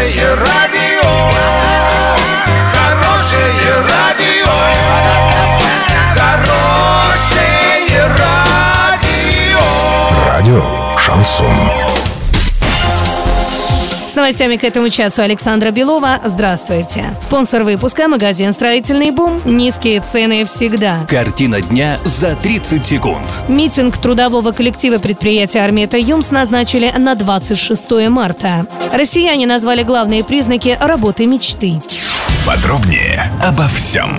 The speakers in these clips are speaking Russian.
радио, хорошее радио, хорошее радио. Радио «Шансон». С новостями к этому часу Александра Белова. Здравствуйте. Спонсор выпуска — магазин «Строительный бум». Низкие цены всегда. Картина дня за 30 секунд. Митинг трудового коллектива предприятия «Армета ЮМС» назначили на 26 марта. Россияне назвали главные признаки работы мечты. Подробнее обо всем.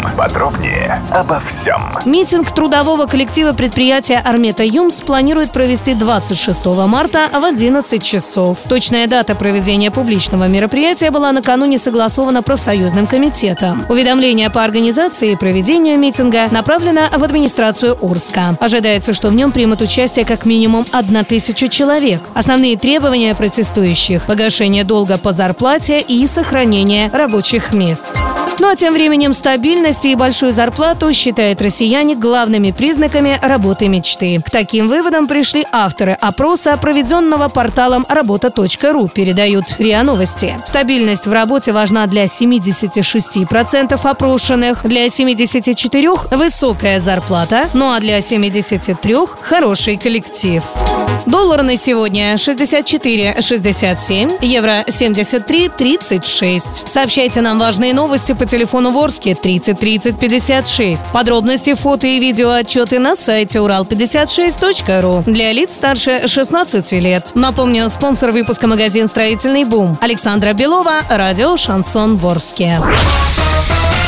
Митинг трудового коллектива предприятия «Армета ЮМС» планирует провести 26 марта в 11 часов. Точная дата проведения публичного мероприятия была накануне согласована профсоюзным комитетом. Уведомление по организации и проведению митинга направлено в администрацию Орска. Ожидается, что в нем примут участие как минимум 1000 человек. Основные требования протестующих – погашение долга по зарплате и сохранение рабочих мест. Ну а тем временем стабильность и большую зарплату считают россияне главными признаками работы мечты. К таким выводам пришли авторы опроса, проведенного порталом работа.ру, передают РИА Новости. Стабильность в работе важна для 76% опрошенных, для 74% высокая зарплата, ну а для 73% хороший коллектив. Доллар на сегодня 64,67, евро 73,36. Сообщайте нам важные новости по телефону в Орске 30 30 56. Подробности, фото и видеоотчеты на сайте урал56.ру для лиц старше 16 лет. Напомню, спонсор выпуска — магазин «Строительный бум». Александра Белова, радио «Шансон» в Орске.